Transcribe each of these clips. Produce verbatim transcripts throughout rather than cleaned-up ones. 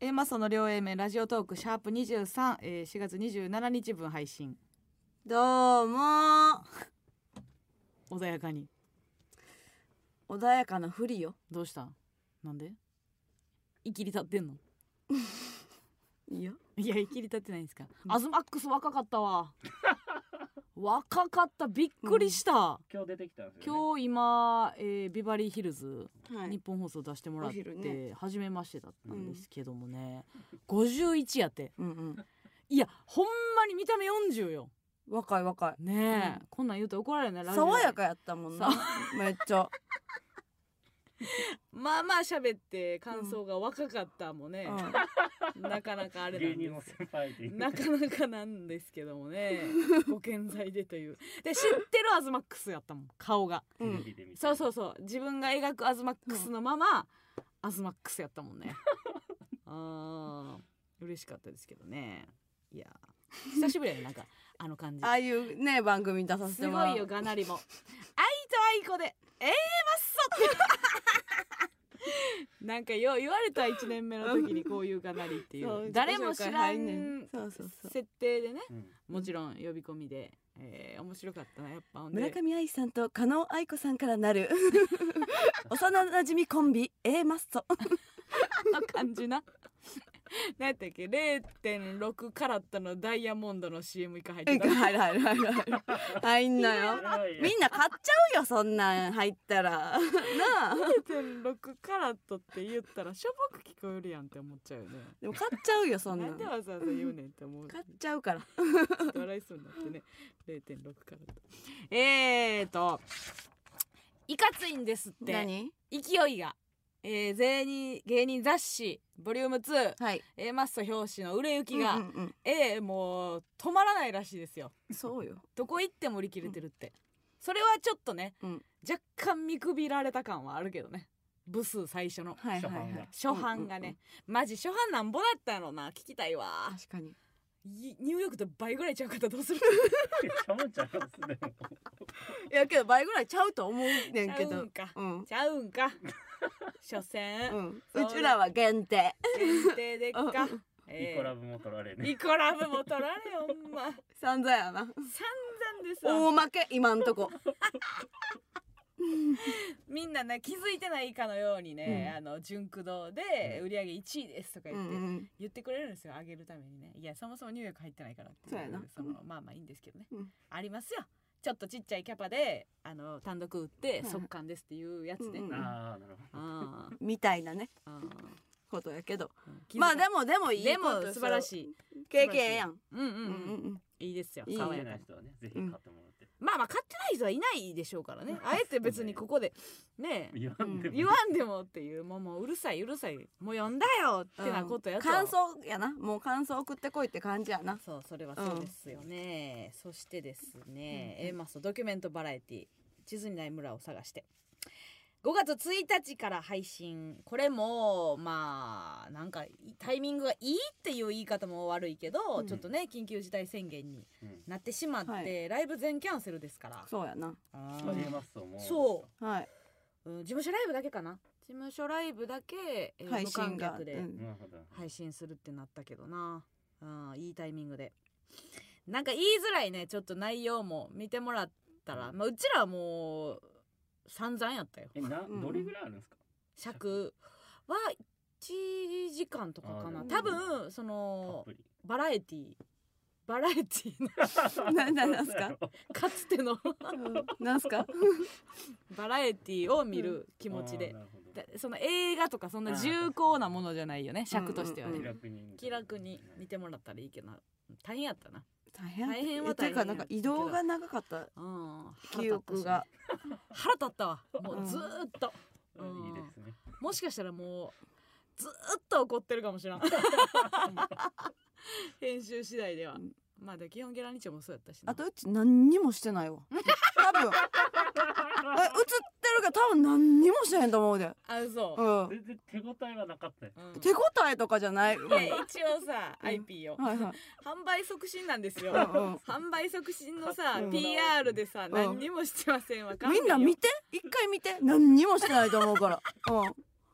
A マッソの両 A 面ラジオトークシャープにじゅうさん、えー、しがつにじゅうしちにちぶん配信。 どうも穏やかに。 穏やかなふりよ。 どうした？なんで？いきり立ってんの？ いやいや、いきり立ってないんですか？アズマックス若かったわ若かった、びっくりした、うん、 今日出てきたんですよね。 今日今、えー、ビバリーヒルズ、 はい、 日本放送出してもらって、ね、初めましてだったんですけどもね、うん、ごじゅういちやって、うんうん、いやほんまに見た目よんじゅうよ。 若い若いねえ、うん、こんなん言うと怒られるね。ラジオ爽やかやったもんなめっちゃまあまあ喋って感想が若かったもんね、うん、なかなかあれなんです、芸人の先輩でなかなかなんですけどもねご健在でというで、知ってるアズマックスやったもん顔が、うん、そうそうそう、自分が描くアズマックスのまま、うん、アズマックスやったもんねあー嬉しかったですけどね。いや久しぶりやね、なんかあの感じ、 ああいうね番組に出させてもらう。 すごいよ、がなりも愛と愛子でええー、マッソってなんかよ言われたいちねんめの時にこういうがなりっていう誰も知らん設定でね、もちろん呼び込みで、えー、面白かったなやっぱ。 村上愛さんと加納愛子さんからなる幼馴染コンビ A マッソの感じな何やったっけ れいてんろく カラットのダイヤモンドの シーエム 以下入ってた。 入る入る入る入る入んなよみんな買っちゃうよそんなん入ったらなあれいてんろく カラットって言ったらしょぼく聞こえるやんって思っちゃうよね。 でも買っちゃうよそんなん。 なんでわざわざ言うねんって思う。 買っちゃうから笑いそうになってね れいてんろく カラット。えーといかついんですって。 何勢いが、えー、芸人芸人雑誌ボリュームツー、はい、A マッソ表紙の売れ行きが、うんうんうん、えー、もう止まらないらしいですよ。 そうよ、 どこ行っても売り切れてるって、うん、それはちょっとね、うん、若干見くびられた感はあるけどね。部数最初の、はいはいはい、初版がね、うんうんうん、マジ初版なんぼだったやろな、聞きたいわ。 確かにニューヨークと倍ぐらいちゃうかったらどうするちゃうちゃうでもいやけど倍ぐらいちゃうと思うねんけど、 ちゃうんか、うん、ちゃうんか所詮、 うん、うちらは限定限定でっか、うんえー、イコラブも取られね。 イコラブも取られほんま散々やな、散 々です。 大負け今んとこみんなね気づいてないかのようにね、うん、あの純駆動で売り上げいちいですとか言って、うんうん、言ってくれるんですよ、上げるためにね。いやそもそもニューヨーク入ってないからっていう、そうやな、そのまあまあいいんですけどね、うん、ありますよちょっとちっちゃいキャパであの単独売って速乾ですっていうやつね、うんうん、 ああなるほどみたいなねことやけど、うん、まあでもでもいいことでも素晴らしい経験やん。 うんうんうん、うん、いいですよ。 爽やかな人はねぜひ買ってもらって、 うん、まあまあ買ってない人はいないでしょうからねあえて別にここでね言わんでも、 言わんでもっていう、もうもううるさいうるさいもう読んだよってなことやと、 うん、感想やな、もう感想送ってこいって感じやな。 そう、それはそうですよね、うん、そしてですね、うん、A マッソドキュメントバラエティ地図にない村を探してごがつついたちから配信。これもまあなんかタイミングがいいっていう言い方も悪いけど、うん、ちょっとね緊急事態宣言になってしまって、うん、はい、ライブ全キャンセルですから。 そうやな、 ありますもそう、 はい、 うん、事務所ライブだけかな、事務所ライブだけ、えー、無観客で配信するってなったけどな、あ、いいタイミングで。なんか言いづらいね、ちょっと内容も見てもらったら、まあ、うちらはもう散々やったよ。 えなどれぐらいあるんですか、 尺はいちじかんとかかな、多分そのバラエティバラエティななんすかかつてのなんすかバラエティを見る気持ちで、うん、その映画とかそんな重厚なものじゃないよね、尺としてはね、うんうんうん、気楽に見てもらったらいいけど大変やったな。 大変大変は大変や。てかなんか移動が長かった、うん、記憶が腹立ったわもうずーっと、 うん、いいですね。 もしかしたらもうずーっと怒ってるかもしれん編集次第では、うん、まあで基本ゲラニチョもそうやったしな。 あとうち何にもしてないわ多分え映ってるけど多分何にもしてへんと思うで。 あ、そう、 うん、全然手応えはなかったよ、 うん、手応えとかじゃない。いや一応さ、うん、アイピー よ、はいはい、販売促進なんですよ、うんうん、販売促進のさ、うん、ピーアール でさ、うん、何にもしてませんわ。 みんな見て一回見て何にもしてないと思うから、うん、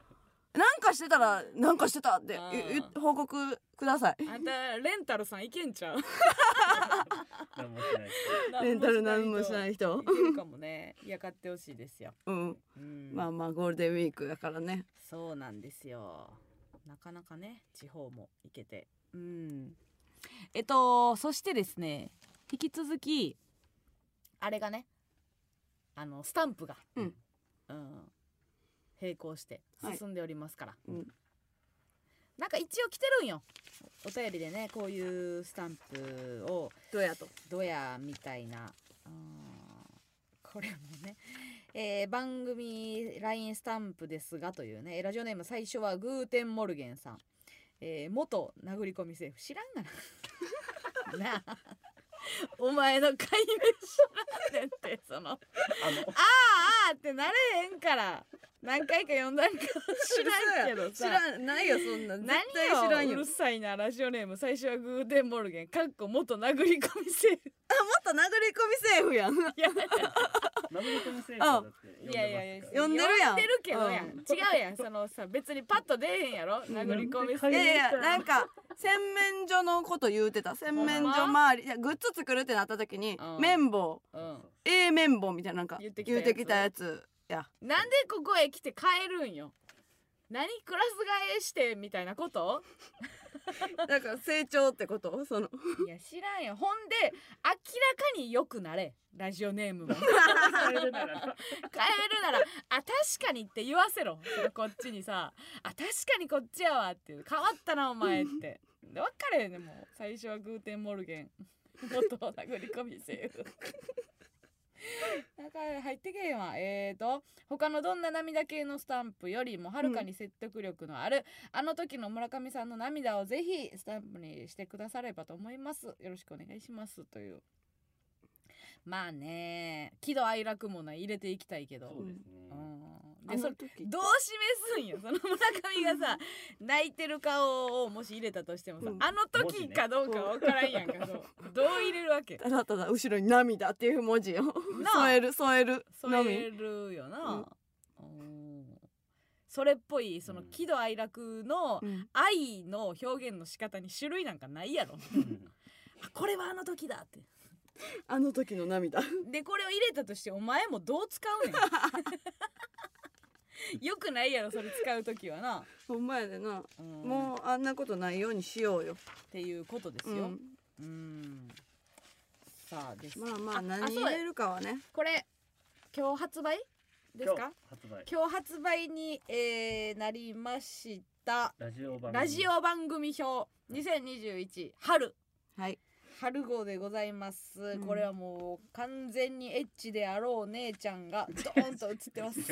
なんかしてたらなんかしてたってあゆゆー報告ください。 あんたレンタルさんいけんちゃう何もしないですレンタル何もしない人いけるかもね。いや買ってほしいですよ、 うんうん、 まあまあゴールデンウィークだからね。 そうなんですよ。なかなかね地方も行けて、うんえっとそしてですね引き続きあれがねあのスタンプが、 うんうん、並行して進んでおりますから、 うんなんか一応来てるんよお便りでねこういうスタンプをどうやと。 どやみたいな、うんこれもね、えー番組 ライン スタンプですがというねラジオネーム最初はグーテンモルゲンさん、えー元殴り込みセーフ知らんがななあお前の解明知らんねんってそのあーあーってなれへんから何回か読んだんか知らんけどさ知らんないよそんな絶何対知らんよ。 ようるさいなラジオネーム最初はグーテンモルゲンかっこ元殴り込みセーフあもっと殴り込みセーフやん。 いや殴り込みセーフだっていやいやいや読んでるやん読んでるけどやん、 うん違うやんそのさ別にパッと出えへんやろ殴り込みセーフいやいやなんか洗面所のこと言うてた。洗面所周りいやグッズ作るってなった時にうん綿棒うん A 綿棒みたいななんか言ってきたやつ言うてきたやつや。 なんでここへ来て変えるんよ何クラス替えしてみたいなことだから成長ってことそのいや知らんよほんで明らかに良くなれラジオネームも変変えるならなえるならあ確かにって言わせろそれこっちにさあ確かにこっちやわっていう変わったなお前ってで分かれへんねもう最初はグーテンモルゲン元殴り込みセーフ中へ入ってけへんわ。えーと他のどんな涙系のスタンプよりもはるかに説得力のある、うん、あの時の村上さんの涙をぜひスタンプにしてくださればと思います。よろしくお願いしますという。まあね喜怒哀楽もな入れていきたいけどそうですね、 うん、でそれどう示すんよその村上がさ泣いてる顔をもし入れたとしてもさ、うん、あの時かどうかわからんやんか、ね、どうどう入れるわけただただ後ろに涙っていう文字を添える添える添えるよな、うん、それっぽいその喜怒哀楽の愛の表現の仕方に種類なんかないやろこれはあの時だってあの時の涙でこれを入れたとしてお前もどう使うねんよくないやろそれ使う時はなほんまやでな、うん、もうあんなことないようにしようよっていうことですよ、うん、うんさあですまあまあ何入れるかはねこれ今日発売ですか発売今日発売に、えー、なりましたラジオ番組ラジオ番組表にせんにじゅういち春はい春号でございます、うん、これはもう完全にエッチであろう姉ちゃんがドーンと映ってます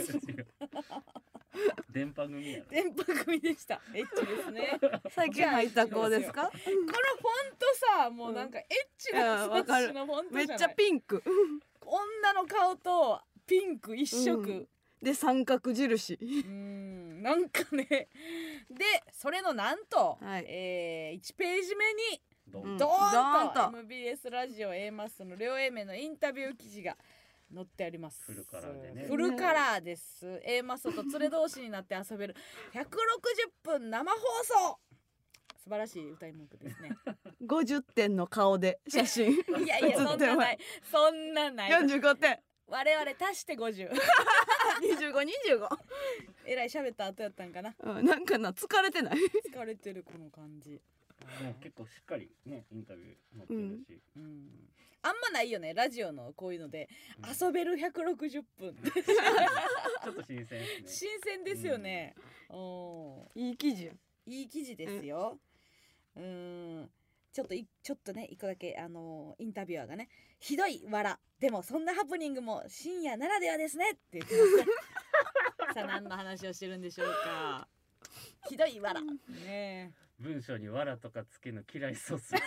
電波組やろ電波組でしたエッチですね最近入った子ですかこのフォントさもうなんかエッチな雑誌のフォントじゃない、 めっちゃピンク女の顔とピンク一色、うん、 で三角印うんなんかねでそれのなんと、はいえー、いちページ目にドーンと エムビーエス ラジオ A マッソの両 A 面のインタビュー記事が載ってあります。 フルカラーでねフルカラーです、A マッソと連れ同士になって遊べるひゃくろくじゅっぷん生放送素晴らしい歌い文句ですねごじゅってんの顔で写真いやいやそんなないそんなないよんじゅうごてん我々足してごじゅうにじゅうご、にじゅうごえらい喋った後やったんかな、 うん、なんかな疲れてない疲れてるこの感じもう結構しっかりねインタビュー載ってるし、 うんうん、あんまないよねラジオのこういうので、うん、遊べるひゃくろくじゅっぷんちょっと新鮮ですね新鮮ですよね、うん、おいい記事いい記事ですよ、うん、うんちょっといちょっとね一個だけあのー、インタビュアーがねひどい笑でもそんなハプニングも深夜ならではですねって言ってますさあ何の話をしてるんでしょうかひどい笑ねえ文章にわらとかつけの嫌いそうっす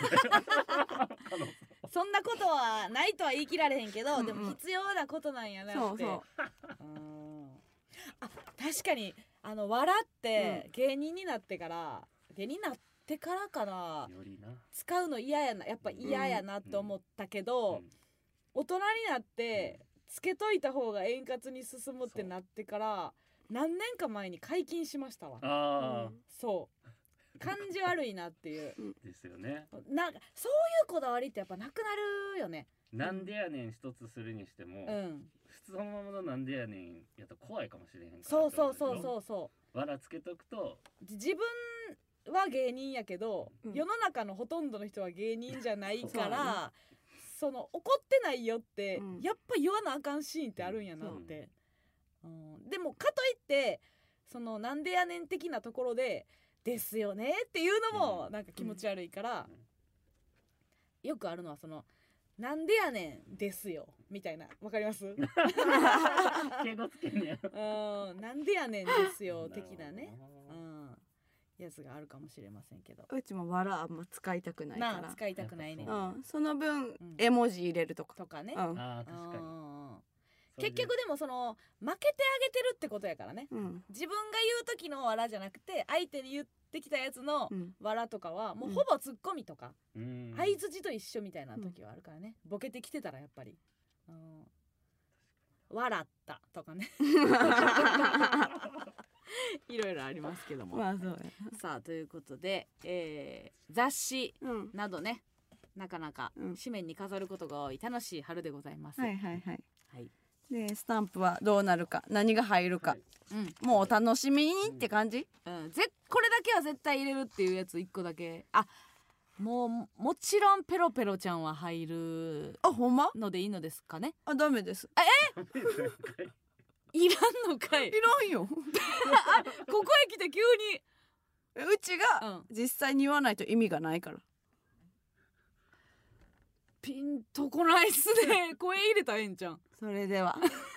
そんなことはないとは言い切られへんけど、うんうん、でも必要なことなんやなってそうそううんあ確かにあの笑って芸人になってから、うん、芸人になってからかなよりな使うの嫌やなやっぱ嫌やなと思ったけど、うんうん、大人になってつけといた方が円滑に進むってなってから何年か前に解禁しましたわ。 ああ、 そう感じ悪いなっていうですよね。 なんかそういうこだわりってやっぱなくなるよね。 なんでやねん一つするにしても、 うん、 普通のままのなんでやねんやと怖いかもしれへんから。 そうそうそうそうそうわらつけとくと、 自分は芸人やけど、 うん、 世の中のほとんどの人は芸人じゃないから、そ, その怒ってないよって、うん、やっぱ言わなあかんシーンってあるんやなって、うんうん、でもかといってそのなんでやねん的なところでですよねっていうのもなんか気持ち悪いから、うん、よくあるのはそのなんでやねんですよみたいな、わかります敬語つけんねうん、なんでやねんですよ的なね、うん、やつがあるかもしれませんけど、 うちもわらあんま使いたくないからなあ使いたくないね、 うん、その分、うん、絵文字入れるとかとかね、 うん、 あ確かに結局でもその負けてあげてるってことやからね、うん、自分が言う時のわらじゃなくて相手に言ってきたやつのわらとかはもうほぼツッコミとか、うん、相づちと一緒みたいな時はあるからね、うん、ボケてきてたらやっぱり、うん、笑ったとかねいろいろありますけども、 まあそうや。 さあということで、えー、雑誌などね、うん、なかなか紙面に飾ることが多い楽しい春でございます、 はいはいはい、 はい、 でスタンプはどうなるか何が入るか、はい、うん、もうお楽しみにって感じ、 うんうん、ぜこれだけは絶対入れるっていうやついっこだけ、あもうもちろんペロペロちゃんは入るあほんまのでいいのですかね。 あダメです。 あえいらんのかい。 いらんよここへ来て急にうちが実際に言わないと意味がないから、うん、 ピンとこないっすね声入れたらええんちゃん。 それでは